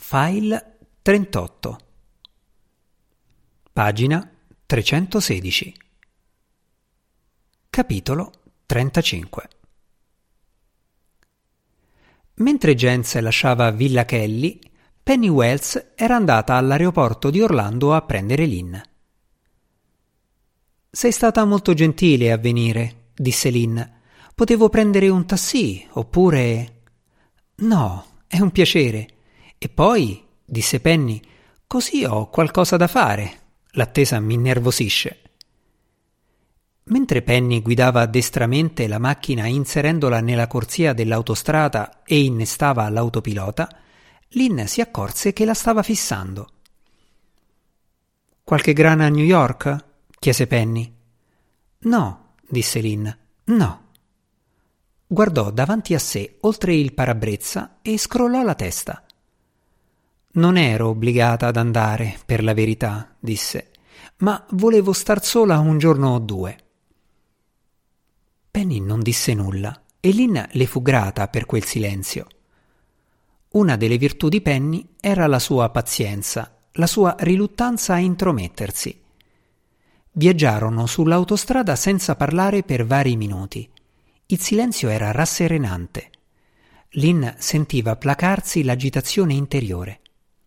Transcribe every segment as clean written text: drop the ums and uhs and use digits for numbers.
File 38. Pagina 316. Capitolo 35. Mentre Jens lasciava Villa Kelly, Penny Wells era andata all'aeroporto di Orlando a prendere Lynn. «Sei stata molto gentile a venire», disse Lynn. «Potevo prendere un taxi, oppure...» «No, è un piacere. E poi», disse Penny, «così ho qualcosa da fare. L'attesa mi innervosisce». Mentre Penny guidava destramente la macchina inserendola nella corsia dell'autostrada e innestava l'autopilota, Lynn si accorse che la stava fissando. «Qualche grana a New York?» chiese Penny. «No», disse Lynn, «no». Guardò davanti a sé oltre il parabrezza e scrollò la testa. «Non ero obbligata ad andare, per la verità», disse, «ma volevo star sola un giorno o due». Penny non disse nulla e Lynn le fu grata per quel silenzio. Una delle virtù di Penny era la sua pazienza, la sua riluttanza a intromettersi. Viaggiarono sull'autostrada senza parlare per vari minuti. Il silenzio era rasserenante. Lynn sentiva placarsi l'agitazione interiore.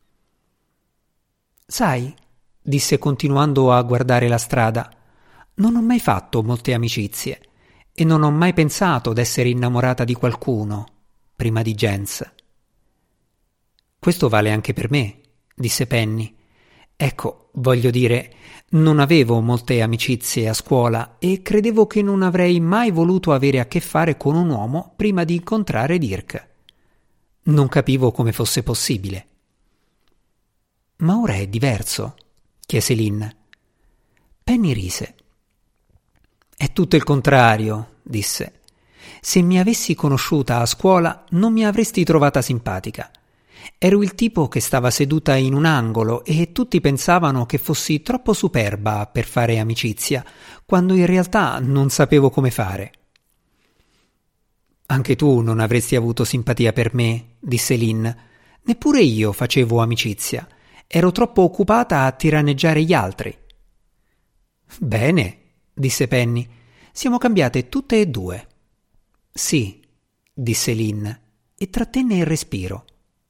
«Sai», disse continuando a guardare la strada, «non ho mai fatto molte amicizie e non ho mai pensato d'essere innamorata di qualcuno prima di Jens». «Questo vale anche per me», disse Penny. «Ecco, voglio dire, non avevo molte amicizie a scuola e credevo che non avrei mai voluto avere a che fare con un uomo prima di incontrare Dirk. Non capivo come fosse possibile». «Ma ora è diverso?» chiese Lynn. Penny rise. «È tutto il contrario», disse. «Se mi avessi conosciuta a scuola non mi avresti trovata simpatica. Ero il tipo che stava seduta in un angolo e tutti pensavano che fossi troppo superba per fare amicizia, quando in realtà non sapevo come fare». «Anche tu non avresti avuto simpatia per me», disse Lynn. «Neppure io facevo amicizia. Ero troppo occupata a tiranneggiare gli altri». «Bene», disse Penny. «Siamo cambiate tutte e due». «Sì», disse Lynn e trattenne il respiro.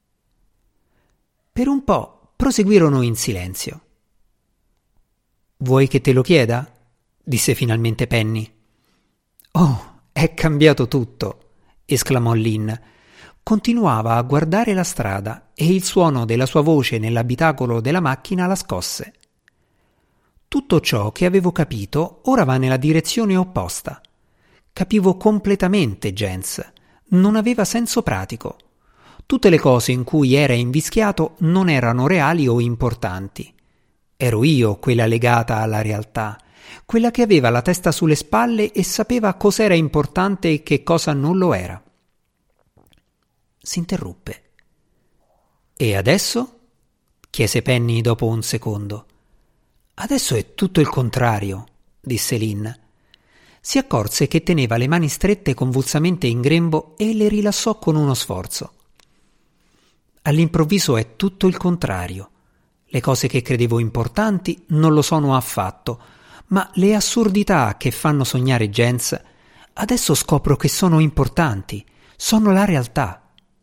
Per un po' proseguirono in silenzio. «Vuoi che te lo chieda?» disse finalmente Penny. «Oh, è cambiato tutto», esclamò Lynn. Continuava a guardare la strada e il suono della sua voce nell'abitacolo della macchina la scosse. «Tutto ciò che avevo capito ora va nella direzione opposta. Capivo completamente Jens. Non aveva senso pratico. Tutte le cose in cui era invischiato non erano reali o importanti. Ero io quella legata alla realtà, quella che aveva la testa sulle spalle e sapeva cos'era importante e che cosa non lo era». S'interruppe. «E adesso?» chiese Penny dopo un secondo. «Adesso è tutto il contrario», disse Lynn. Si accorse che teneva le mani strette convulsamente in grembo e le rilassò con uno sforzo. «All'improvviso è tutto il contrario. Le cose che credevo importanti non lo sono affatto, ma le assurdità che fanno sognare Jens, adesso scopro che sono importanti, sono la realtà».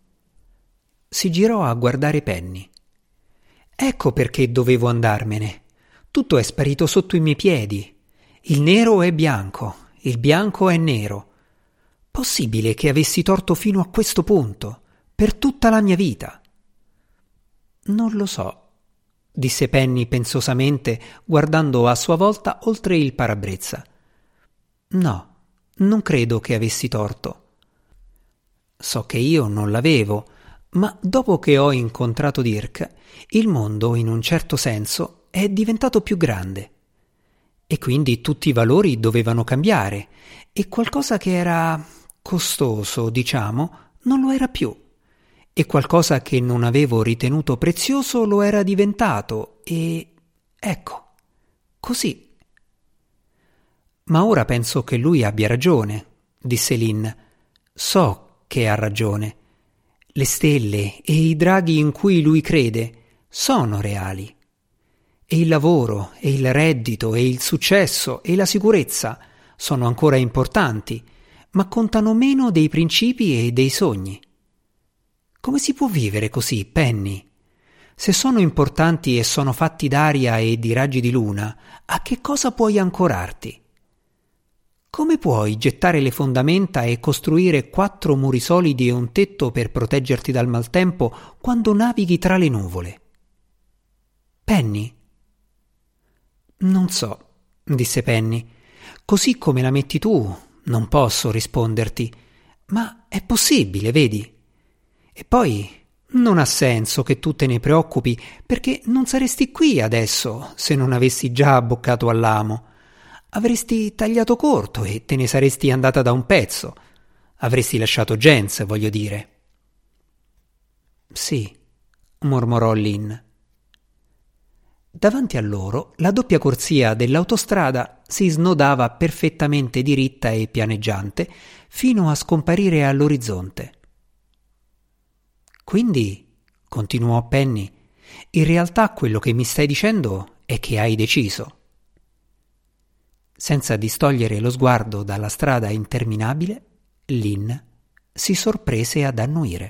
Si girò a guardare Penny. «Ecco perché dovevo andarmene. Tutto è sparito sotto i miei piedi. Il nero è bianco, il bianco è nero. Possibile che avessi torto fino a questo punto, per tutta la mia vita?» «Non lo so», disse Penny pensosamente, guardando a sua volta oltre il parabrezza. «No, non credo che avessi torto. So che io non l'avevo, ma dopo che ho incontrato Dirk, il mondo, in un certo senso, è diventato più grande. E quindi tutti i valori dovevano cambiare, e qualcosa che era costoso, diciamo, non lo era più. E qualcosa che non avevo ritenuto prezioso lo era diventato, e ecco, così». «Ma ora penso che lui abbia ragione», disse Lynn. «So che ha ragione. le stelle e i draghi in cui lui crede sono reali. E il lavoro, e il reddito, e il successo, e la sicurezza sono ancora importanti, ma contano meno dei principi e dei sogni. Come si può vivere così, Penny? Se sono importanti e sono fatti d'aria e di raggi di luna, a che cosa puoi ancorarti? Come puoi gettare le fondamenta e costruire 4 muri solidi e un tetto per proteggerti dal maltempo quando navighi tra le nuvole? Penny? Non so, disse Penny. Così come la metti tu, non posso risponderti. Ma è possibile, vedi? E poi non ha senso che tu te ne preoccupi, perché non saresti qui adesso se non avessi già abboccato all'amo. Avresti tagliato corto e te ne saresti andata da un pezzo. Avresti lasciato Jens, voglio dire. Sì, mormorò Lynn. Davanti a loro la doppia corsia dell'autostrada si snodava perfettamente diritta e pianeggiante fino a scomparire all'orizzonte. Quindi, continuò Penny, in realtà quello che mi stai dicendo è che hai deciso. Senza distogliere lo sguardo dalla strada interminabile, Lynn si sorprese ad annuire.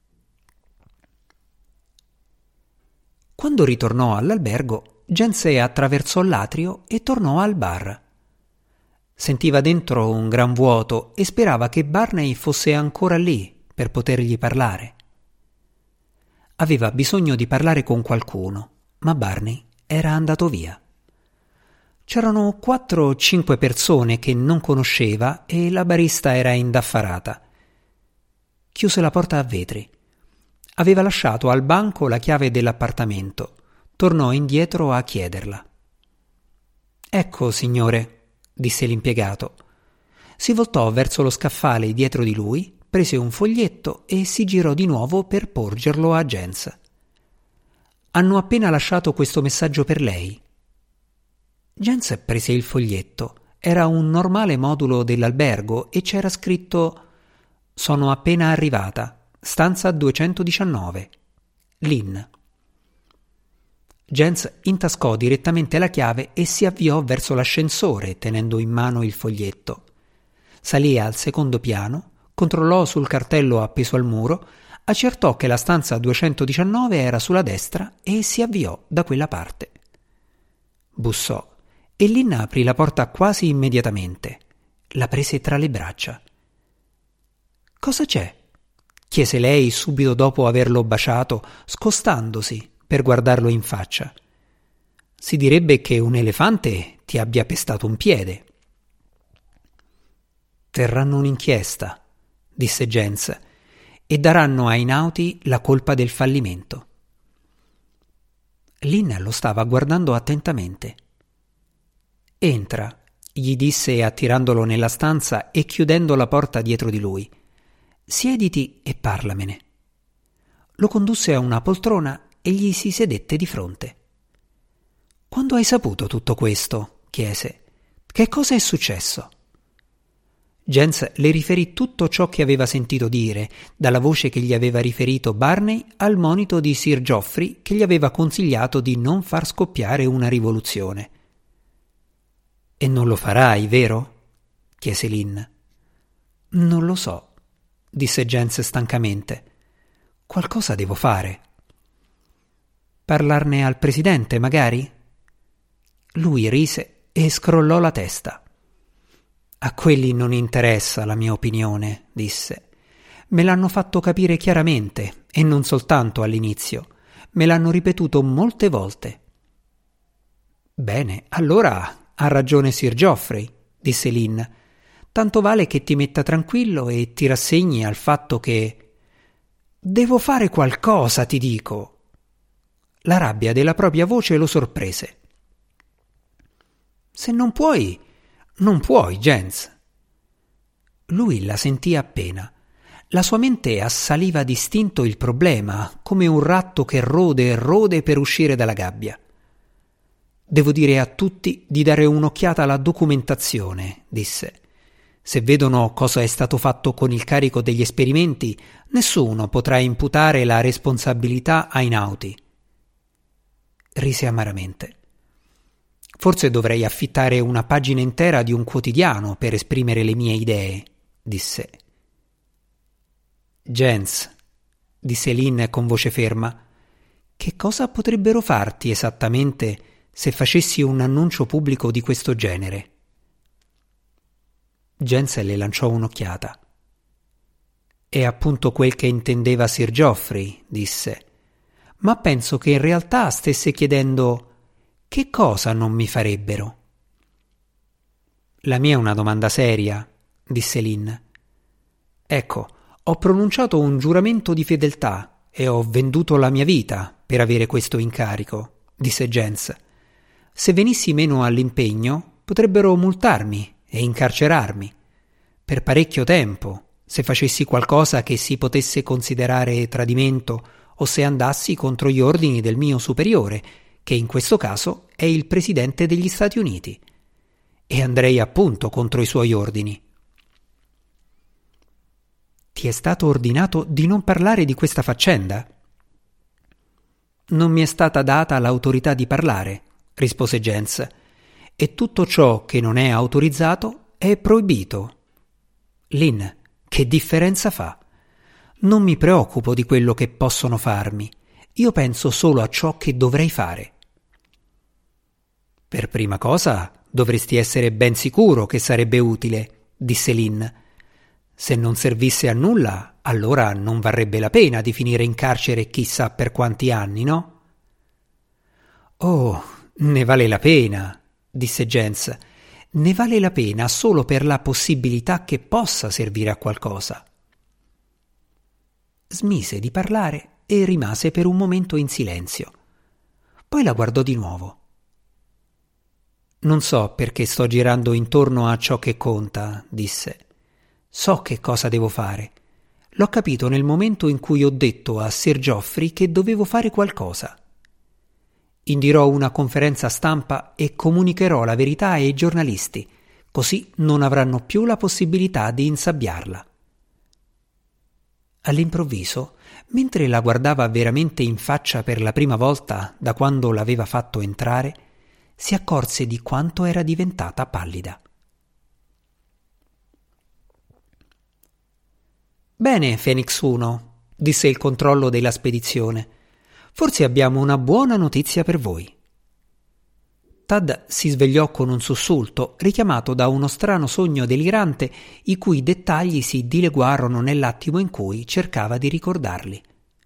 Quando ritornò all'albergo, Jens attraversò l'atrio e tornò al bar. Sentiva dentro un gran vuoto e sperava che Barney fosse ancora lì per potergli parlare. Aveva bisogno di parlare con qualcuno, ma Barney era andato via. C'erano 4 o 5 persone che non conosceva e la barista era indaffarata. Chiuse la porta a vetri. Aveva lasciato al banco la chiave dell'appartamento. Tornò indietro a chiederla. «Ecco, signore», disse l'impiegato. Si voltò verso lo scaffale dietro di lui, prese un foglietto e si girò di nuovo per porgerlo a Jens. «Hanno appena lasciato questo messaggio per lei». Jens prese il foglietto. Era un normale modulo dell'albergo e c'era scritto: «Sono appena arrivata. Stanza 219. Lynn». Jens intascò direttamente la chiave e si avviò verso l'ascensore tenendo in mano il foglietto. Salì al secondo piano, controllò sul cartello appeso al muro, accertò che la stanza 219 era sulla destra e si avviò da quella parte. Bussò e Lynn aprì la porta quasi immediatamente. La prese tra le braccia. «Cosa c'è?» chiese lei subito dopo averlo baciato, scostandosi per guardarlo in faccia. «Si direbbe che un elefante ti abbia pestato un piede». «Terranno un'inchiesta», disse Jens, «e daranno ai nauti la colpa del fallimento». Lynn lo stava guardando attentamente. «Entra», gli disse attirandolo nella stanza e chiudendo la porta dietro di lui. «Siediti e parlamene». Lo condusse a una poltrona e gli si sedette di fronte. «Quando hai saputo tutto questo?» chiese. «Che cosa è successo?» Jens le riferì tutto ciò che aveva sentito dire, dalla voce che gli aveva riferito Barney al monito di Sir Geoffrey che gli aveva consigliato di non far scoppiare una rivoluzione. «E non lo farai, vero?» chiese Lynn. «Non lo so», disse Jens stancamente. «Qualcosa devo fare». «Parlarne al presidente, magari?» Lui rise e scrollò la testa. «A quelli non interessa la mia opinione», disse. «Me l'hanno fatto capire chiaramente, e non soltanto all'inizio. Me l'hanno ripetuto molte volte». «Bene, allora ha ragione Sir Geoffrey», disse Lynn. «Tanto vale che ti metta tranquillo e ti rassegni al fatto che...» «Devo fare qualcosa, ti dico!» La rabbia della propria voce lo sorprese. «Se non puoi, non puoi, Jens». Lui la sentì appena. La sua mente assaliva distinto il problema, come un ratto che rode e rode per uscire dalla gabbia. «Devo dire a tutti di dare un'occhiata alla documentazione», disse. Se vedono cosa è stato fatto con il carico degli esperimenti, nessuno potrà imputare la responsabilità ai nauti. Rise amaramente. Forse dovrei affittare una pagina intera di un quotidiano per esprimere le mie idee, disse. Jens, disse Lynn con voce ferma, che cosa potrebbero farti esattamente se facessi un annuncio pubblico di questo genere? Jens le lanciò un'occhiata. È appunto quel che intendeva Sir Geoffrey, disse, ma penso che in realtà stesse chiedendo che cosa non mi farebbero. La mia è una domanda seria, disse Lynn. Ecco, ho pronunciato un giuramento di fedeltà e ho venduto la mia vita per avere questo incarico, disse Jens. Se venissi meno all'impegno, potrebbero multarmi e incarcerarmi per parecchio tempo se facessi qualcosa che si potesse considerare tradimento o se andassi contro gli ordini del mio superiore, che in questo caso è il Presidente degli Stati Uniti. E andrei appunto contro i suoi ordini. Ti è stato ordinato di non parlare di questa faccenda? Non mi è stata data l'autorità di parlare, rispose Jens, e tutto ciò che non è autorizzato è proibito. Lynn, che differenza fa? Non mi preoccupo di quello che possono farmi, io penso solo a ciò che dovrei fare. Per prima cosa dovresti essere ben sicuro che sarebbe utile, disse Lynn. Se non servisse a nulla, allora non varrebbe la pena di finire in carcere chissà per quanti anni, no? Oh, ne vale la pena, disse Jens. Ne vale la pena solo per la possibilità che possa servire a qualcosa. Smise di parlare e rimase per un momento in silenzio. Poi la guardò di nuovo. Non so perché sto girando intorno a ciò che conta, disse. So che cosa devo fare. L'ho capito nel momento in cui ho detto a Sir Geoffrey che dovevo fare qualcosa. Indirò una conferenza stampa e comunicherò la verità ai giornalisti, così non avranno più la possibilità di insabbiarla. All'improvviso, mentre la guardava veramente in faccia per la prima volta da quando l'aveva fatto entrare, si accorse di quanto era diventata pallida. Bene, Phoenix 1, disse il controllo della spedizione. Forse abbiamo una buona notizia per voi. Tad si svegliò con un sussulto, richiamato da uno strano sogno delirante i cui dettagli si dileguarono nell'attimo in cui cercava di ricordarli.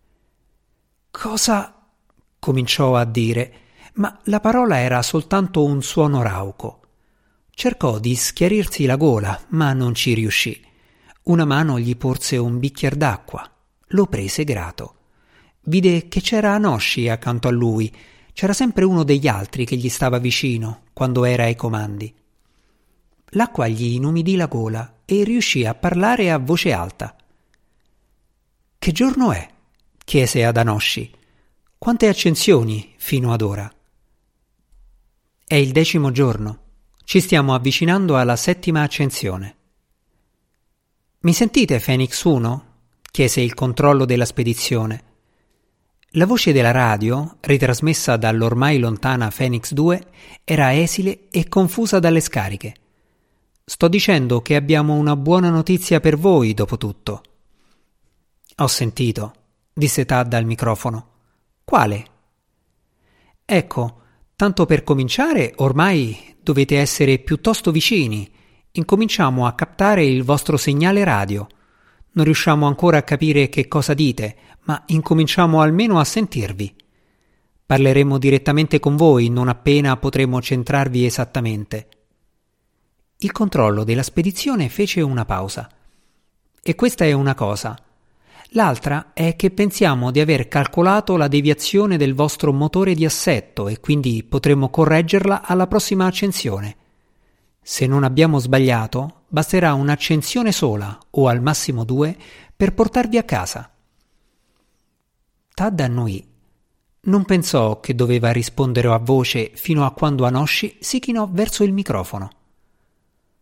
Cosa? Cominciò a dire, ma la parola era soltanto un suono rauco. Cercò di schiarirsi la gola, ma non ci riuscì. Una mano gli porse un bicchier d'acqua. Lo prese grato. Vide che c'era Anoshi accanto a lui. C'era sempre uno degli altri che gli stava vicino quando era ai comandi. L'acqua gli inumidì la gola e riuscì a parlare a voce alta. «Che giorno è?» chiese ad Anoshi. «Quante accensioni fino ad ora?» «È il 10° giorno. Ci stiamo avvicinando alla 7ª accensione». «Mi sentite, Phoenix 1?» chiese il controllo della spedizione. La voce della radio, ritrasmessa dall'ormai lontana Phoenix 2, era esile e confusa dalle scariche. «Sto dicendo che abbiamo una buona notizia per voi, dopo tutto». «Ho sentito», disse Tad al microfono. «Quale?» «Ecco, tanto per cominciare, ormai dovete essere piuttosto vicini. Incominciamo a captare il vostro segnale radio. Non riusciamo ancora a capire che cosa dite, ma incominciamo almeno a sentirvi. Parleremo direttamente con voi non appena potremo centrarvi esattamente». Il controllo della spedizione fece una pausa. «E questa è una cosa. L'altra è che pensiamo di aver calcolato la deviazione del vostro motore di assetto e quindi potremo correggerla alla prossima accensione. Se non abbiamo sbagliato, basterà un'accensione sola, o al massimo 2, per portarvi a casa». Tad annuì. Non pensò che doveva rispondere a voce fino a quando Anoshi si chinò verso il microfono.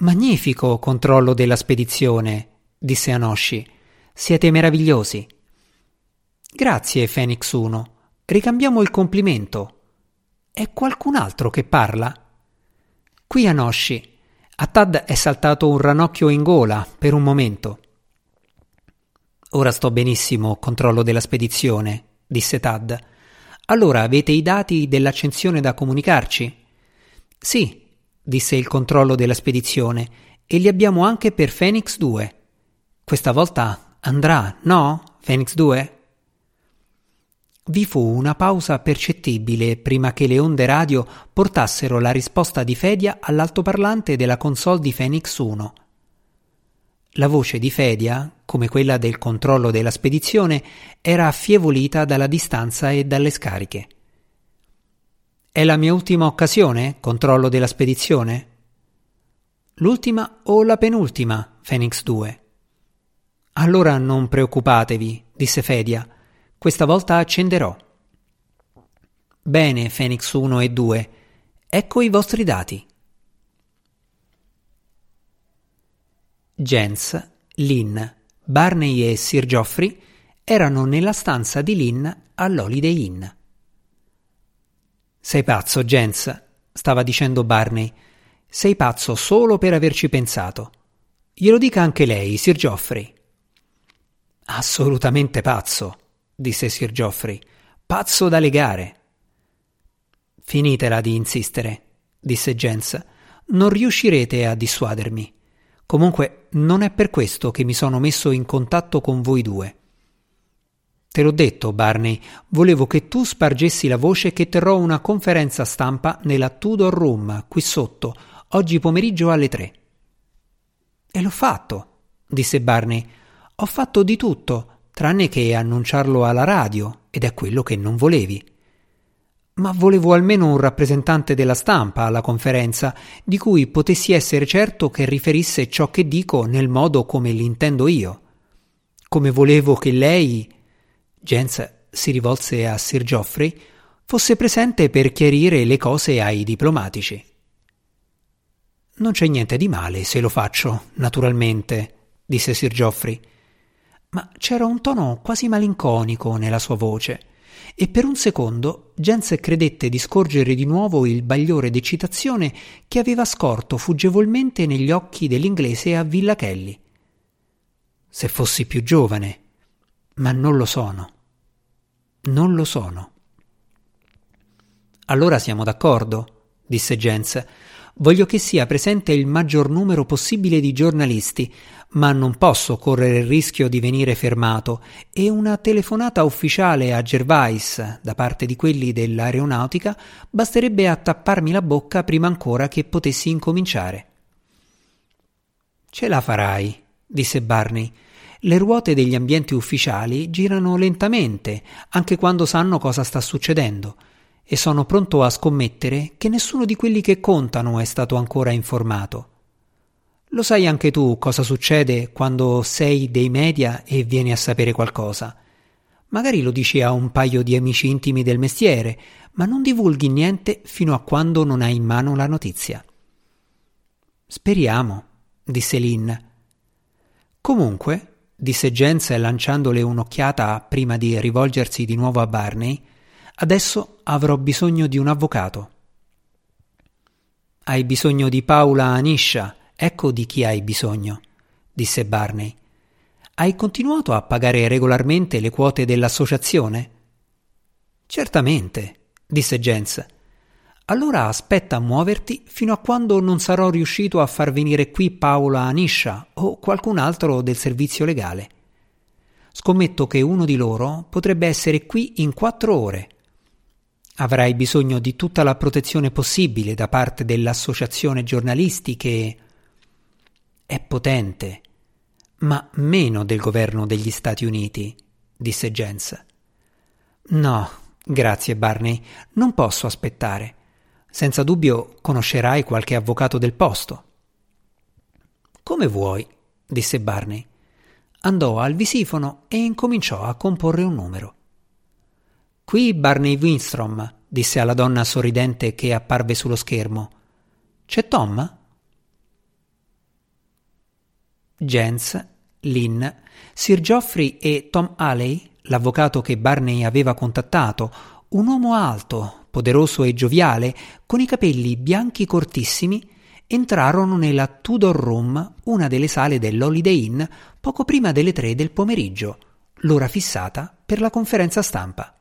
Magnifico controllo della spedizione, disse Anoshi. Siete meravigliosi. Grazie, Phoenix 1. Ricambiamo il complimento. È qualcun altro che parla? Qui Anoshi. A Tad è saltato un ranocchio in gola per un momento. Ora sto benissimo, controllo della spedizione, disse Tad. Allora avete i dati dell'accensione da comunicarci? Sì, disse il controllo della spedizione, e li abbiamo anche per Phoenix 2. Questa volta andrà, no, Phoenix 2? Vi fu una pausa percettibile prima che le onde radio portassero la risposta di Fedia all'altoparlante della console di Phoenix 1. La voce di Fedia, come quella del controllo della spedizione, era affievolita dalla distanza e dalle scariche. È la mia ultima occasione, controllo della spedizione? L'ultima o la penultima, Phoenix 2? Allora non preoccupatevi, disse Fedia. Questa volta accenderò. Bene, Phoenix 1 e 2. Ecco i vostri dati. Jens, Lynn, Barney e Sir Geoffrey erano nella stanza di Lynn all'Holiday Inn. Sei pazzo, Jens, stava dicendo Barney. Sei pazzo solo per averci pensato. Glielo dica anche lei, Sir Geoffrey. Assolutamente pazzo, disse Sir Geoffrey. Pazzo da legare. Finitela di insistere, disse Jens. Non riuscirete a dissuadermi. Comunque non è per questo che mi sono messo in contatto con voi due. Te l'ho detto, Barney, volevo che tu spargessi la voce che terrò una conferenza stampa nella Tudor Room, qui sotto, oggi pomeriggio alle 3. E l'ho fatto, disse Barney. Ho fatto di tutto, tranne che annunciarlo alla radio, ed è quello che non volevi. Ma volevo almeno un rappresentante della stampa alla conferenza, di cui potessi essere certo che riferisse ciò che dico nel modo come l'intendo io. Come volevo che lei... Jens si rivolse a Sir Geoffrey, fosse presente per chiarire le cose ai diplomatici. Non c'è niente di male se lo faccio, naturalmente, disse Sir Geoffrey. Ma c'era un tono quasi malinconico nella sua voce, e per un secondo Jens credette di scorgere di nuovo il bagliore d'eccitazione che aveva scorto fuggevolmente negli occhi dell'inglese a Villa Kelly. Se fossi più giovane, ma non lo sono. Non lo sono. Allora siamo d'accordo, disse Jens. Voglio che sia presente il maggior numero possibile di giornalisti, ma non posso correre il rischio di venire fermato, e una telefonata ufficiale a Gervais da parte di quelli dell'aeronautica basterebbe a tapparmi la bocca prima ancora che potessi incominciare. Ce la farai, disse Barney. Le ruote degli ambienti ufficiali girano lentamente, anche quando sanno cosa sta succedendo, e sono pronto a scommettere che nessuno di quelli che contano è stato ancora informato. Lo sai anche tu cosa succede quando sei dei media e vieni a sapere qualcosa. Magari lo dici a un paio di amici intimi del mestiere, ma non divulghi niente fino a quando non hai in mano la notizia. Speriamo, disse Lynn. Comunque, disse Jens lanciandole un'occhiata prima di rivolgersi di nuovo a Barney, adesso avrò bisogno di un avvocato. Hai bisogno di Paula Aniscia, ecco di chi hai bisogno, disse Barney. Hai continuato a pagare regolarmente le quote dell'associazione? Certamente, disse Jens. Allora aspetta a muoverti fino a quando non sarò riuscito a far venire qui Paola Aniscia o qualcun altro del servizio legale. Scommetto che uno di loro potrebbe essere qui in 4 ore. Avrai bisogno di tutta la protezione possibile da parte dell'associazione giornalisti che è potente, ma meno del governo degli Stati Uniti, disse Jens. No, grazie Barney, non posso aspettare. Senza dubbio conoscerai qualche avvocato del posto. Come vuoi, disse Barney. Andò al visifono e incominciò a comporre un numero. Qui Barney Winstrom, disse alla donna sorridente che apparve sullo schermo. C'è Tom? Jens, Lynn, Sir Geoffrey e Tom Halley, l'avvocato che Barney aveva contattato, un uomo alto, poderoso e gioviale, con i capelli bianchi cortissimi, entrarono nella Tudor Room, una delle sale dell'Holiday Inn, poco prima delle 3 del pomeriggio, l'ora fissata per la conferenza stampa.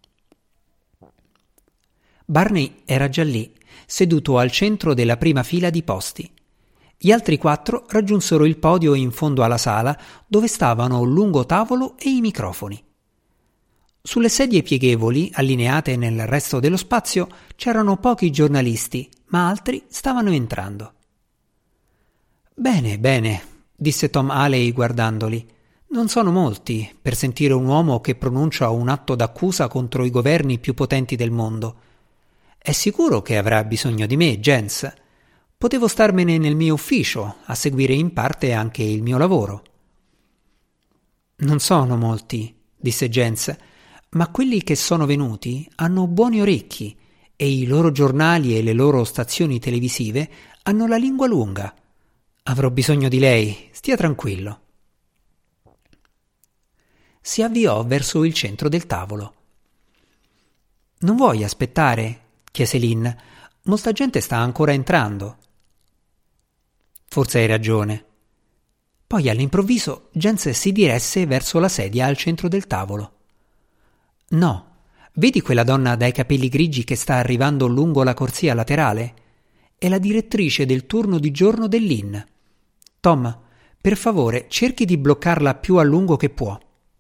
Barney era già lì, seduto al centro della prima fila di posti. Gli altri 4 raggiunsero il podio in fondo alla sala, dove stavano un lungo tavolo e i microfoni. Sulle sedie pieghevoli, allineate nel resto dello spazio, c'erano pochi giornalisti, ma altri stavano entrando. «Bene, bene», disse Tom Halley guardandoli. «Non sono molti per sentire un uomo che pronuncia un atto d'accusa contro i governi più potenti del mondo. È sicuro che avrà bisogno di me, Jens? Potevo starmene nel mio ufficio, a seguire in parte anche il mio lavoro». «Non sono molti», disse Jens, «ma quelli che sono venuti hanno buoni orecchi e i loro giornali e le loro stazioni televisive hanno la lingua lunga. Avrò bisogno di lei, stia tranquillo». Si avviò verso il centro del tavolo. «Non vuoi aspettare?» chiese Lynn. «Molta gente sta ancora entrando». «Forse hai ragione». Poi all'improvviso Jens si diresse verso la sedia al centro del tavolo. «No, vedi quella donna dai capelli grigi che sta arrivando lungo la corsia laterale? È la direttrice del turno di giorno dell'Inn. Tom, per favore, cerchi di bloccarla più a lungo che può».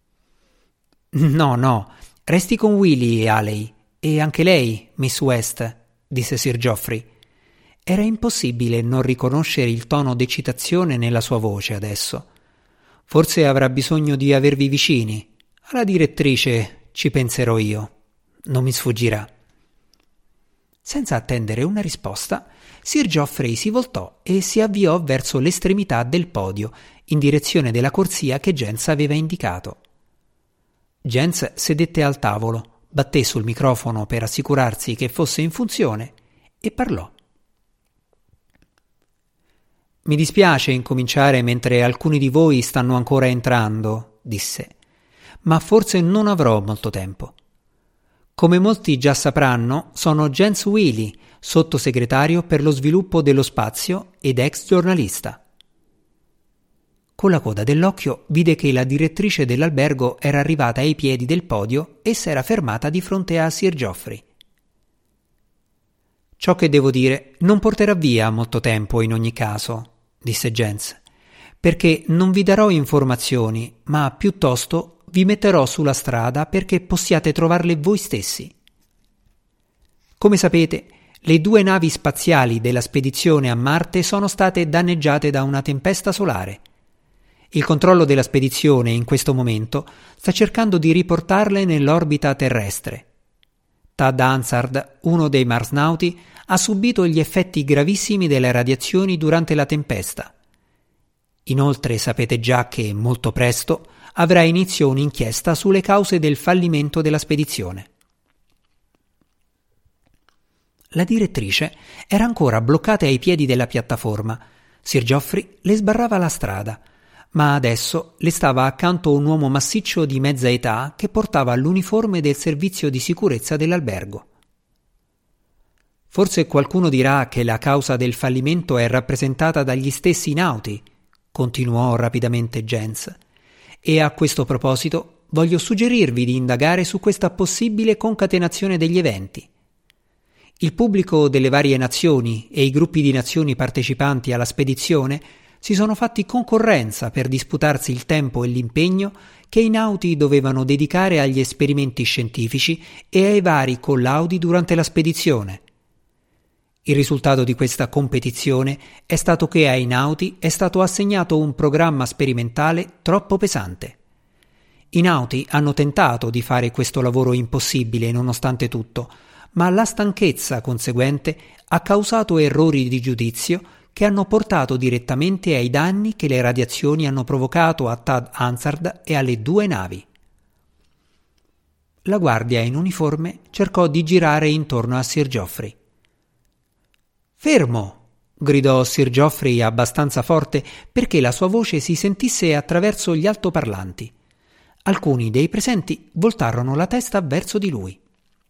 «No, resti con Willy e Halley, e anche lei, Miss West», disse Sir Geoffrey. Era impossibile non riconoscere il tono d'eccitazione nella sua voce adesso. «Forse avrà bisogno di avervi vicini. Alla direttrice ci penserò io. Non mi sfuggirà». Senza attendere una risposta, Sir Geoffrey si voltò e si avviò verso l'estremità del podio, in direzione della corsia che Jens aveva indicato. Jens sedette al tavolo, batté sul microfono per assicurarsi che fosse in funzione e parlò. «Mi dispiace incominciare mentre alcuni di voi stanno ancora entrando», disse, «ma forse non avrò molto tempo. Come molti già sapranno, sono Jens Willy, sottosegretario per lo sviluppo dello spazio ed ex giornalista». Con la coda dell'occhio vide che la direttrice dell'albergo era arrivata ai piedi del podio e s'era fermata di fronte a Sir Geoffrey. «Ciò che devo dire non porterà via molto tempo in ogni caso», disse Jens, «perché non vi darò informazioni, ma piuttosto vi metterò sulla strada perché possiate trovarle voi stessi. Come sapete, le 2 navi spaziali della spedizione a Marte sono state danneggiate da una tempesta solare. Il controllo della spedizione in questo momento sta cercando di riportarle nell'orbita terrestre. Tad Hansard, uno dei marsnauti, ha subito gli effetti gravissimi delle radiazioni durante la tempesta. Inoltre sapete già che molto presto avrà inizio un'inchiesta sulle cause del fallimento della spedizione». La direttrice era ancora bloccata ai piedi della piattaforma. Sir Geoffrey le sbarrava la strada, ma adesso le stava accanto un uomo massiccio di mezza età che portava l'uniforme del servizio di sicurezza dell'albergo. «Forse qualcuno dirà che la causa del fallimento è rappresentata dagli stessi nauti», continuò rapidamente Jens, «e a questo proposito voglio suggerirvi di indagare su questa possibile concatenazione degli eventi. Il pubblico delle varie nazioni e i gruppi di nazioni partecipanti alla spedizione si sono fatti concorrenza per disputarsi il tempo e l'impegno che i nauti dovevano dedicare agli esperimenti scientifici e ai vari collaudi durante la spedizione. Il risultato di questa competizione è stato che ai nauti è stato assegnato un programma sperimentale troppo pesante. I nauti hanno tentato di fare questo lavoro impossibile nonostante tutto, ma la stanchezza conseguente ha causato errori di giudizio che hanno portato direttamente ai danni che le radiazioni hanno provocato a Tad Hansard e alle 2 navi. La guardia in uniforme cercò di girare intorno a Sir Geoffrey. «Fermo!» gridò Sir Geoffrey abbastanza forte perché la sua voce si sentisse attraverso gli altoparlanti. Alcuni dei presenti voltarono la testa verso di lui.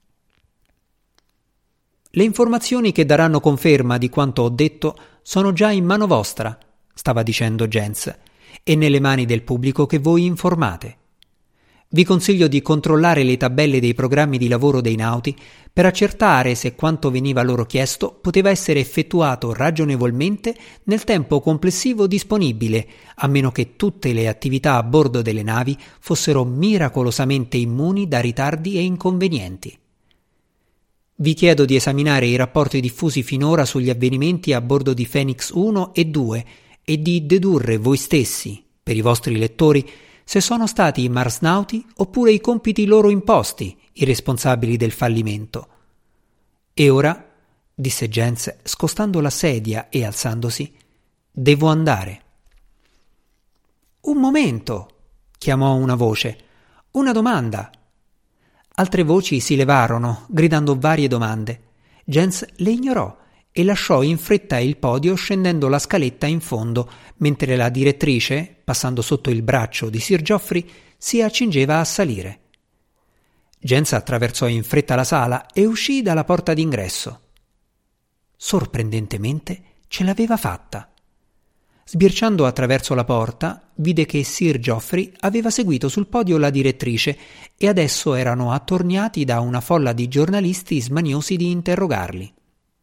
Le informazioni che daranno conferma di quanto ho detto sono già in mano vostra, stava dicendo Jens, e nelle mani del pubblico che voi informate. Vi consiglio di controllare le tabelle dei programmi di lavoro dei nauti per accertare se quanto veniva loro chiesto poteva essere effettuato ragionevolmente nel tempo complessivo disponibile, a meno che tutte le attività a bordo delle navi fossero miracolosamente immuni da ritardi e inconvenienti. Vi chiedo di esaminare i rapporti diffusi finora sugli avvenimenti a bordo di Phoenix 1 e 2 e di dedurre voi stessi, per i vostri lettori, se sono stati i marsnauti oppure i compiti loro imposti i responsabili del fallimento. E ora, disse Jens, scostando la sedia e alzandosi, devo andare. Un momento, chiamò una voce. Una domanda. Altre voci si levarono, gridando varie domande. Jens le ignorò e lasciò in fretta il podio scendendo la scaletta in fondo, mentre la direttrice, passando sotto il braccio di Sir Geoffrey, si accingeva a salire. Jens attraversò in fretta la sala e uscì dalla porta d'ingresso. Sorprendentemente ce l'aveva fatta. Sbirciando attraverso la porta, vide che Sir Geoffrey aveva seguito sul podio la direttrice e adesso erano attorniati da una folla di giornalisti smaniosi di interrogarli.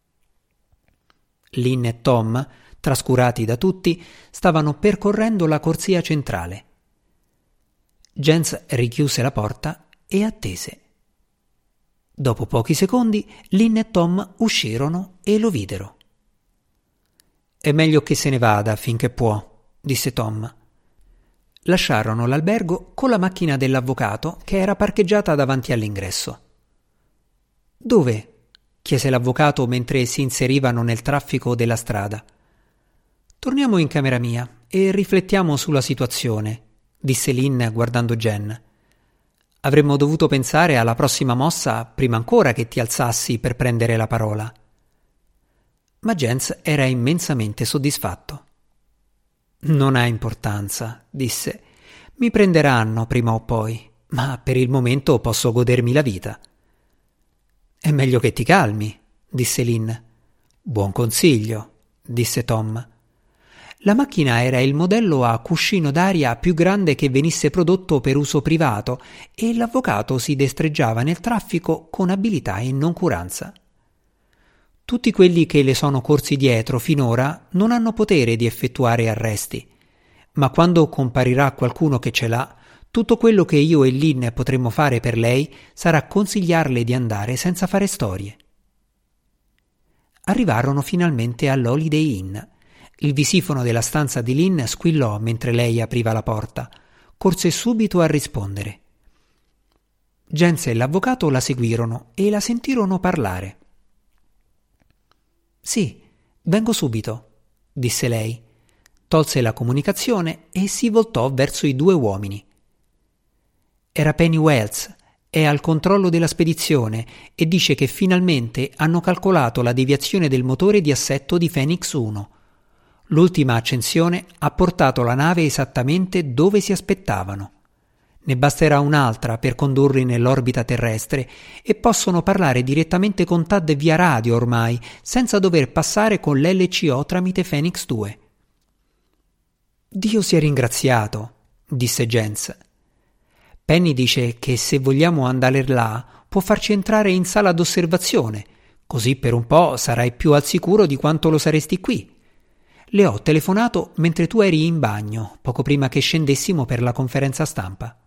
Lynn e Tom, trascurati da tutti, stavano percorrendo la corsia centrale. Jens richiuse la porta e attese. Dopo pochi secondi, Lynn e Tom uscirono e lo videro. «È meglio che se ne vada finché può», disse Tom. Lasciarono l'albergo con la macchina dell'avvocato che era parcheggiata davanti all'ingresso. «Dove?» chiese l'avvocato mentre si inserivano nel traffico della strada. «Torniamo in camera mia e riflettiamo sulla situazione», disse Lynn guardando Jen. «Avremmo dovuto pensare alla prossima mossa prima ancora che ti alzassi per prendere la parola». Ma Jens era immensamente soddisfatto. «Non ha importanza», disse. «Mi prenderanno prima o poi, ma per il momento posso godermi la vita». «È meglio che ti calmi», disse Lynn. «Buon consiglio», disse Tom. La macchina era il modello a cuscino d'aria più grande che venisse prodotto per uso privato e l'avvocato si destreggiava nel traffico con abilità e noncuranza. Tutti quelli che le sono corsi dietro finora non hanno potere di effettuare arresti, ma quando comparirà qualcuno che ce l'ha, tutto quello che io e Lynn potremmo fare per lei sarà consigliarle di andare senza fare storie. Arrivarono finalmente all'Holiday Inn. Il visifono della stanza di Lynn squillò mentre lei apriva la porta. Corse subito a rispondere. Jens e l'avvocato la seguirono e la sentirono parlare. «Sì, vengo subito», disse lei. Tolse la comunicazione e si voltò verso i due uomini. «Era Penny Wells, è al controllo della spedizione e dice che finalmente hanno calcolato la deviazione del motore di assetto di Phoenix 1. L'ultima accensione ha portato la nave esattamente dove si aspettavano. Ne basterà un'altra per condurli nell'orbita terrestre e possono parlare direttamente con Tad via radio ormai, senza dover passare con l'LCO tramite Phoenix 2. «Dio sia ringraziato», disse Jens. «Penny dice che se vogliamo andare là può farci entrare in sala d'osservazione, così per un po' sarai più al sicuro di quanto lo saresti qui. Le ho telefonato mentre tu eri in bagno, poco prima che scendessimo per la conferenza stampa».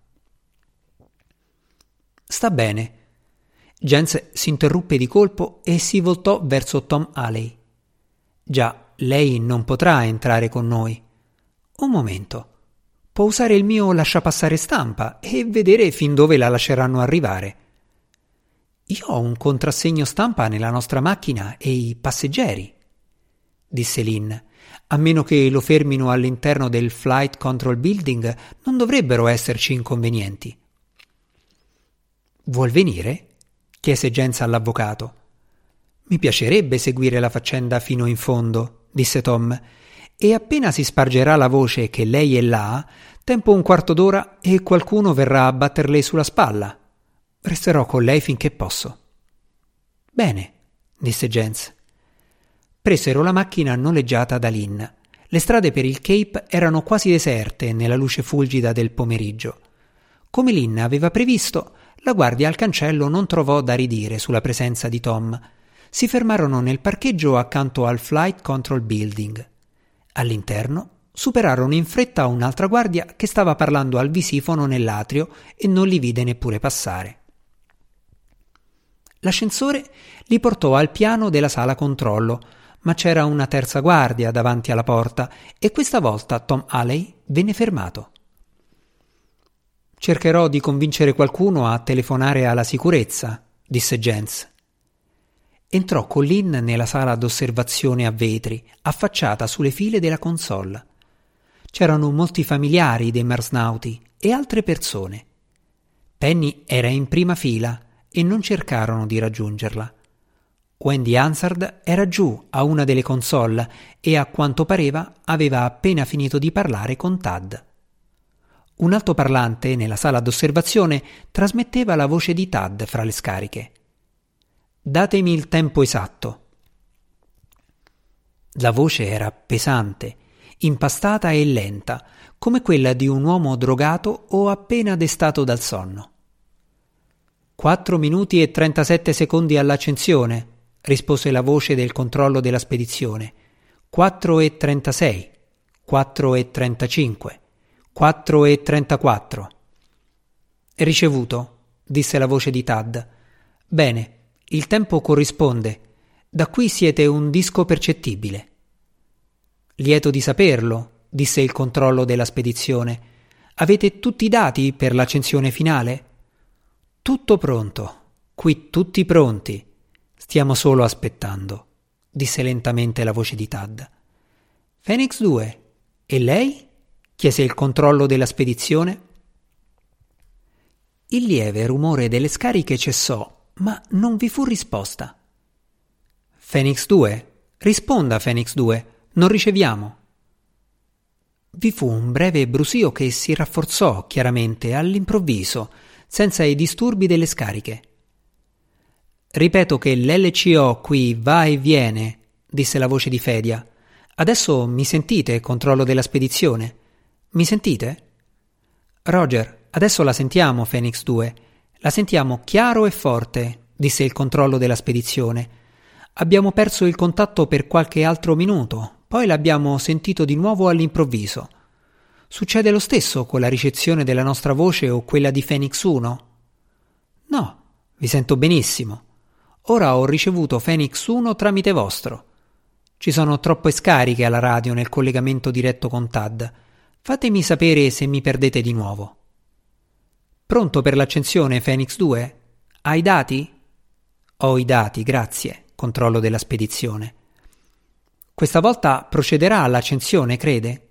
«Sta bene». Jens si interruppe di colpo e si voltò verso Tom Halley. «Già, lei non potrà entrare con noi». «Un momento. Può usare il mio lasciapassare stampa e vedere fin dove la lasceranno arrivare». «Io ho un contrassegno stampa nella nostra macchina e i passeggeri», disse Lynn. «A meno che lo fermino all'interno del Flight Control Building, non dovrebbero esserci inconvenienti». «Vuol venire?» chiese Jens all'avvocato. «Mi piacerebbe seguire la faccenda fino in fondo», disse Tom, e appena si spargerà la voce che lei è là, tempo un quarto d'ora e qualcuno verrà a batterle sulla spalla. Resterò con lei finché posso. Bene, disse Jens. Presero la macchina noleggiata da Lynn. Le strade per il Cape erano quasi deserte nella luce fulgida del pomeriggio. Come Lynn aveva previsto, la guardia al cancello non trovò da ridire sulla presenza di Tom. Si fermarono nel parcheggio accanto al Flight Control Building. All'interno superarono in fretta un'altra guardia che stava parlando al visifono nell'atrio e non li vide neppure passare. L'ascensore li portò al piano della sala controllo, ma c'era una terza guardia davanti alla porta e questa volta Tom Halley venne fermato. «Cercherò di convincere qualcuno a telefonare alla sicurezza», disse Jens. Entrò con Lynn nella sala d'osservazione a vetri, affacciata sulle file della console. C'erano molti familiari dei marsnauti e altre persone. Penny era in prima fila e non cercarono di raggiungerla. Wendy Hansard era giù a una delle console e a quanto pareva aveva appena finito di parlare con Tad. Un altoparlante nella sala d'osservazione trasmetteva la voce di Tad fra le scariche. «Datemi il tempo esatto». La voce era pesante, impastata e lenta, come quella di un uomo drogato o appena destato dal sonno. 4 minuti e 37 secondi all'accensione, rispose la voce del controllo della spedizione. 4 e 36, 4 e 35, 4 e 34. Ricevuto, disse la voce di Tad. Bene, il tempo corrisponde. Da qui siete un disco percettibile. Lieto di saperlo, disse il controllo della spedizione. Avete tutti i dati per l'accensione finale? Tutto pronto. Qui tutti pronti. Stiamo solo aspettando, disse lentamente la voce di Tad. Phoenix 2. E lei? Chiese il controllo della spedizione. Il lieve rumore delle scariche cessò, ma non vi fu risposta. Phoenix 2? Risponda, Phoenix 2. Non riceviamo. Vi fu un breve brusio che si rafforzò chiaramente all'improvviso, senza i disturbi delle scariche. Ripeto che l'LCO qui va e viene, disse la voce di Fedia. Adesso mi sentite, controllo della spedizione? Mi sentite? Roger, adesso la sentiamo, Phoenix 2. La sentiamo chiaro e forte, disse il controllo della spedizione. Abbiamo perso il contatto per qualche altro minuto, poi l'abbiamo sentito di nuovo all'improvviso. Succede lo stesso con la ricezione della nostra voce o quella di Phoenix 1? No, vi sento benissimo. Ora ho ricevuto Phoenix 1 tramite vostro. Ci sono troppe scariche alla radio nel collegamento diretto con Tad. Fatemi sapere se mi perdete di nuovo. Pronto per l'accensione, Phoenix 2? Hai dati? Ho i dati, grazie, controllo della spedizione. Questa volta procederà all'accensione, crede?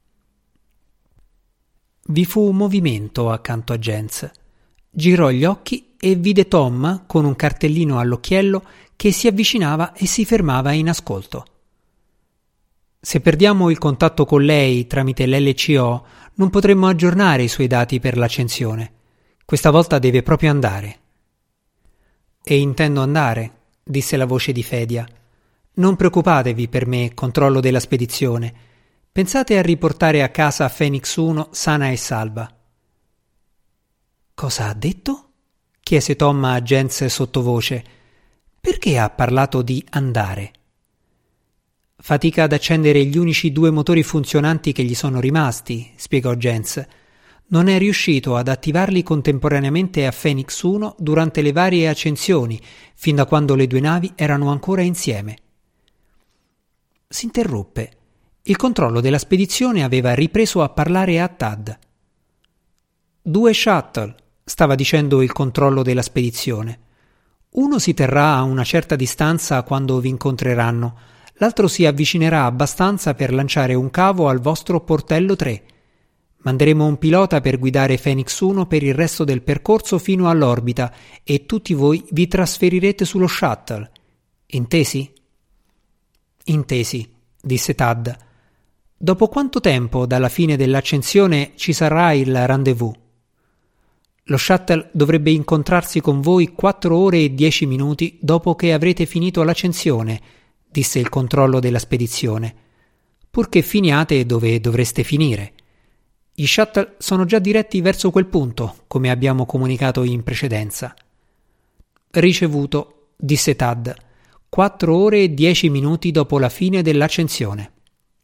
Vi fu un movimento accanto a Jens. Girò gli occhi e vide Tom con un cartellino all'occhiello che si avvicinava e si fermava in ascolto. Se perdiamo il contatto con lei tramite l'LCO, non potremmo aggiornare i suoi dati per l'accensione. Questa volta deve proprio andare. E intendo andare, disse la voce di Fedia. Non preoccupatevi per me, controllo della spedizione. Pensate a riportare a casa Phoenix 1 sana e salva. Cosa ha detto? Chiese Tom a Jens sottovoce. Perché ha parlato di andare? Fatica ad accendere gli unici 2 motori funzionanti che gli sono rimasti, spiegò Jens. Non è riuscito ad attivarli contemporaneamente a Phoenix 1 durante le varie accensioni, fin da quando le 2 navi erano ancora insieme. S'interruppe. Il controllo della spedizione aveva ripreso a parlare a Tad. 2 shuttle, stava dicendo il controllo della spedizione. Uno si terrà a una certa distanza quando vi incontreranno, l'altro si avvicinerà abbastanza per lanciare un cavo al vostro portello 3. Manderemo un pilota per guidare Phoenix 1 per il resto del percorso fino all'orbita e tutti voi vi trasferirete sullo shuttle. Intesi? Intesi, disse Tad. Dopo quanto tempo dalla fine dell'accensione ci sarà il rendezvous? Lo shuttle dovrebbe incontrarsi con voi 4 ore e 10 minuti dopo che avrete finito l'accensione, disse il controllo della spedizione, purché finiate dove dovreste finire. Gli shuttle sono già diretti verso quel punto, come abbiamo comunicato in precedenza. Ricevuto, disse Tad, 4 ore e 10 minuti dopo la fine dell'accensione.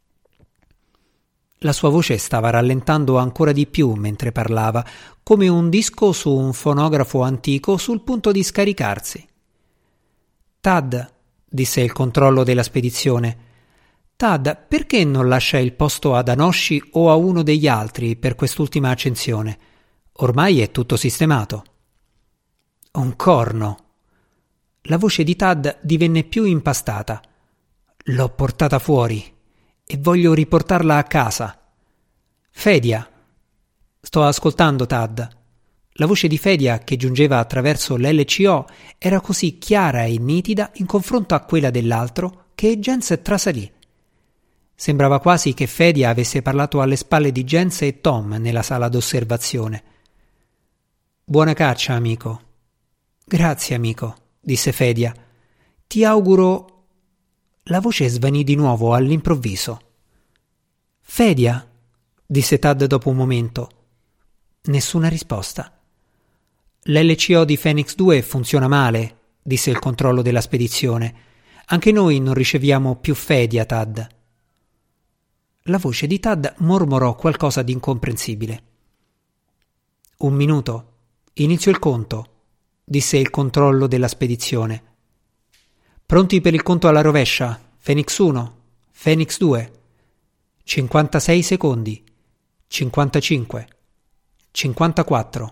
La sua voce stava rallentando ancora di più mentre parlava, come un disco su un fonografo antico sul punto di scaricarsi. Tad, disse il controllo della spedizione, Tad, perché non lascia il posto ad Anosci o a uno degli altri per quest'ultima accensione? Ormai è tutto sistemato. Un corno. La voce di Tad divenne più impastata. L'ho portata fuori e voglio riportarla a casa. Fedia. Sto ascoltando, Tad. La voce di Fedia che giungeva attraverso l'LCO era così chiara e nitida in confronto a quella dell'altro che Jens trasalì. Sembrava quasi che Fedia avesse parlato alle spalle di Jens e Tom nella sala d'osservazione. Buona caccia, amico. Grazie, amico, disse Fedia. Ti auguro... La voce svanì di nuovo all'improvviso. Fedia, disse Tad dopo un momento. Nessuna risposta. L'LCO di Phoenix 2 funziona male, disse il controllo della spedizione. Anche noi non riceviamo più Fedia, Tad. La voce di Tad mormorò qualcosa di incomprensibile. 1 minuto. Inizio il conto, disse il controllo della spedizione. Pronti per il conto alla rovescia? Phoenix 1, Phoenix 2. 56 secondi. 55. 54.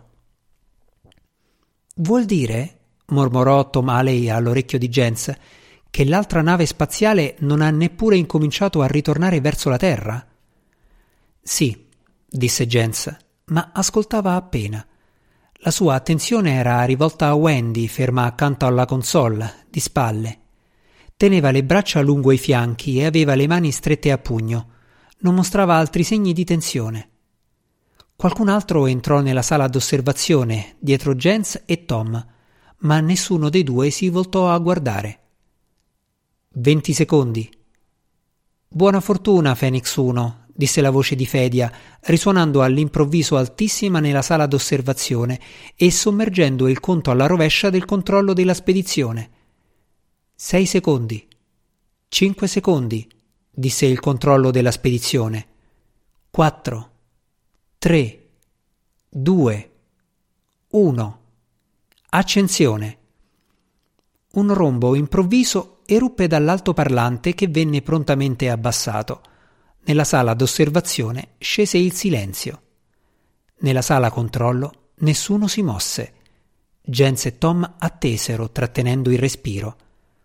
Vuol dire, mormorò Tom Haley all'orecchio di Jens, che l'altra nave spaziale non ha neppure incominciato a ritornare verso la Terra? Sì, disse Jens, ma ascoltava appena. La sua attenzione era rivolta a Wendy, ferma accanto alla console, di spalle. Teneva le braccia lungo i fianchi e aveva le mani strette a pugno. Non mostrava altri segni di tensione. Qualcun altro entrò nella sala d'osservazione, dietro Jens e Tom, ma nessuno dei due si voltò a guardare. 20 secondi. Buona fortuna, Phoenix 1, disse la voce di Fedia, risuonando all'improvviso altissima nella sala d'osservazione e sommergendo il conto alla rovescia del controllo della spedizione. 6 secondi. 5 secondi, disse il controllo della spedizione. 4, 3, 2, 1. Accensione. Un rombo improvviso eruppe dall'altoparlante che venne prontamente abbassato. Nella sala d'osservazione scese il silenzio. Nella sala controllo nessuno si mosse. Jens e Tom attesero, trattenendo il respiro.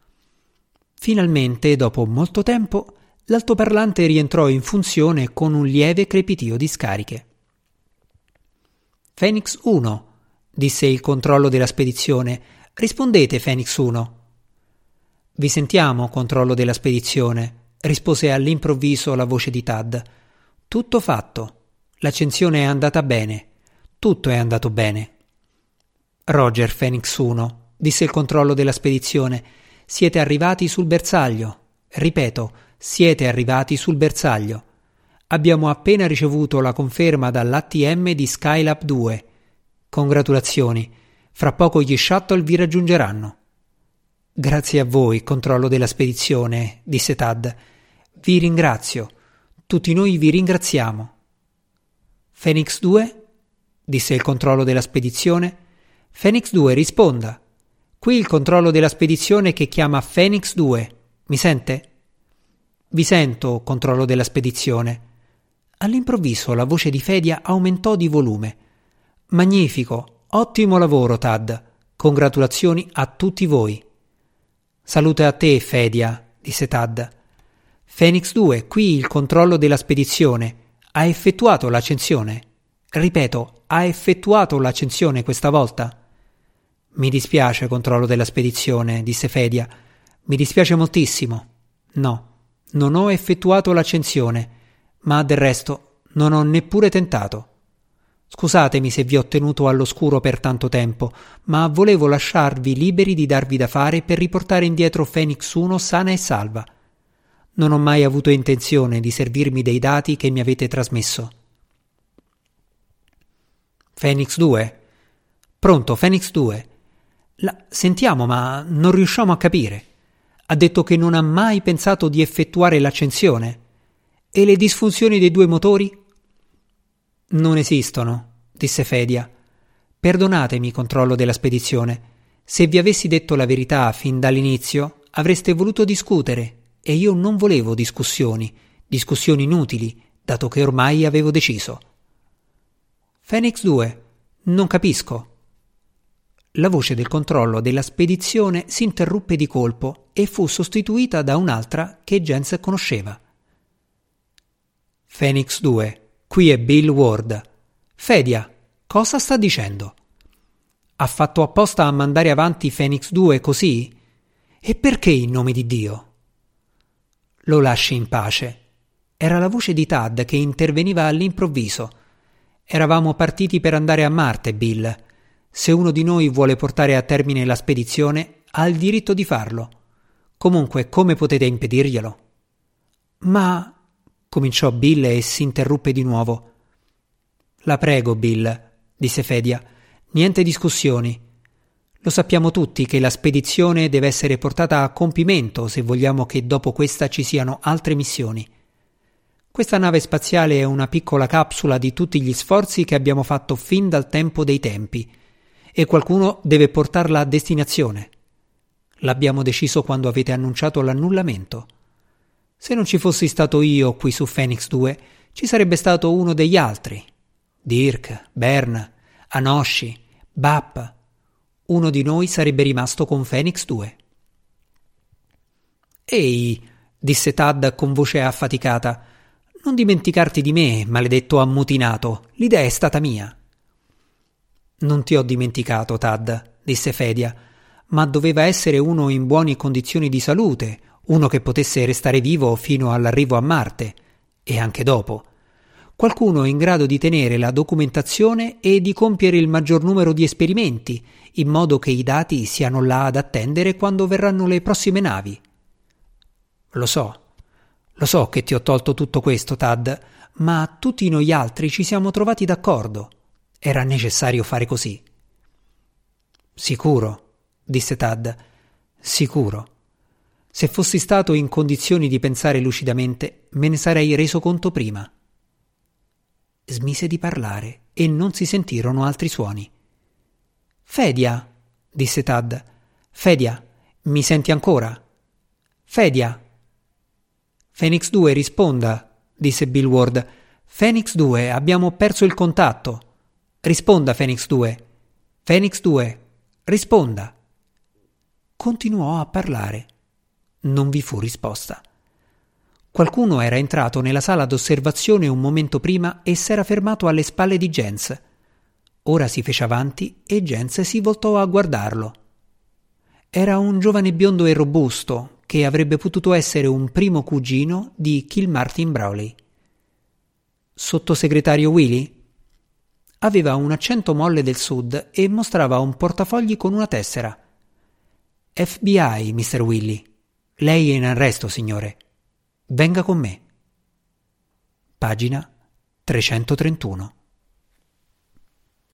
Finalmente, dopo molto tempo, l'altoparlante rientrò in funzione con un lieve crepitio di scariche. Phoenix 1, disse il controllo della spedizione. Rispondete, Phoenix 1. Vi sentiamo, controllo della spedizione, rispose all'improvviso la voce di Tad. Tutto fatto. L'accensione è andata bene. Tutto è andato bene. Roger, Phoenix 1, disse il controllo della spedizione. Siete arrivati sul bersaglio. Ripeto, siete arrivati sul bersaglio. Abbiamo appena ricevuto la conferma dall'ATM di Skylab 2. Congratulazioni. Fra poco gli shuttle vi raggiungeranno. Grazie a voi, controllo della spedizione, disse Tad. Vi ringrazio. Tutti noi vi ringraziamo. Phoenix 2? Disse il controllo della spedizione. Phoenix 2, risponda. Qui il controllo della spedizione che chiama Phoenix 2. Mi sente? Vi sento, controllo della spedizione. All'improvviso la voce di Fedia aumentò di volume. Magnifico, ottimo lavoro, Tad. Congratulazioni a tutti voi. Salute a te, Fedia, disse Tad. Phoenix 2, qui il controllo della spedizione. Ha effettuato l'accensione? Ripeto, ha effettuato l'accensione questa volta? Mi dispiace, controllo della spedizione, disse Fedia. Mi dispiace moltissimo. No, Non ho effettuato l'accensione, ma del resto non ho neppure tentato. Scusatemi se vi ho tenuto all'oscuro per tanto tempo, ma volevo lasciarvi liberi di darvi da fare per riportare indietro Phoenix 1 sana e salva. Non ho mai avuto intenzione di servirmi dei dati che mi avete trasmesso. Phoenix 2? Pronto, Phoenix 2. Sentiamo, ma non riusciamo a capire. Ha detto che non ha mai pensato di effettuare l'accensione. E le disfunzioni dei 2 motori? Non esistono, disse Fedia. Perdonatemi, controllo della spedizione. Se vi avessi detto la verità fin dall'inizio, avreste voluto discutere, e io non volevo discussioni inutili, dato che ormai avevo deciso. Phoenix 2, non capisco. La voce del controllo della spedizione si interruppe di colpo e fu sostituita da un'altra che Jens conosceva. Phoenix 2, qui è Bill Ward. Fedia, cosa sta dicendo? Ha fatto apposta a mandare avanti Phoenix 2 così? E perché in nome di Dio? Lo lasci in pace. Era la voce di Tad che interveniva all'improvviso. Eravamo partiti per andare a Marte, Bill. Se uno di noi vuole portare a termine la spedizione, ha il diritto di farlo. Comunque, come potete impedirglielo? Ma... cominciò Bill e si interruppe di nuovo. La prego, Bill, disse Fedia. Niente discussioni. Lo sappiamo tutti che la spedizione deve essere portata a compimento se vogliamo che dopo questa ci siano altre missioni. Questa nave spaziale è una piccola capsula di tutti gli sforzi che abbiamo fatto fin dal tempo dei tempi, e qualcuno deve portarla a destinazione. L'abbiamo deciso quando avete annunciato l'annullamento. Se non ci fossi stato io qui su Phoenix 2, ci sarebbe stato uno degli altri. Dirk, Bern, Anoshi, Bap. Uno di noi sarebbe rimasto con Phoenix 2. Ehi, disse Tad con voce affaticata, non dimenticarti di me, maledetto ammutinato. L'idea è stata mia. Non ti ho dimenticato, Tad, disse Fedia, ma doveva essere uno in buone condizioni di salute, uno che potesse restare vivo fino all'arrivo a Marte, e anche dopo. Qualcuno in grado di tenere la documentazione e di compiere il maggior numero di esperimenti, in modo che i dati siano là ad attendere quando verranno le prossime navi. Lo so che ti ho tolto tutto questo, Tad, ma tutti noi altri ci siamo trovati d'accordo. Era necessario fare così. Sicuro, disse Tad, sicuro. Se fossi stato in condizioni di pensare lucidamente, me ne sarei reso conto prima. Smise di parlare e non si sentirono altri suoni. Fedia, disse Tad. Fedia, mi senti ancora? Fedia. Phoenix 2, risponda, disse Bill Ward. Phoenix 2, abbiamo perso il contatto. Risponda, Phoenix 2. Phoenix 2, risponda. Continuò a parlare. Non vi fu risposta. Qualcuno era entrato nella sala d'osservazione un momento prima e s'era fermato alle spalle di Jens. Ora si fece avanti e Jens si voltò a guardarlo. Era un giovane biondo e robusto che avrebbe potuto essere un primo cugino di Kilmartin Brawley. Sottosegretario Willy? Aveva un accento molle del sud e mostrava un portafogli con una tessera. FBI, Mr. Willy. Lei è in arresto, signore. Venga con me. Pagina 331.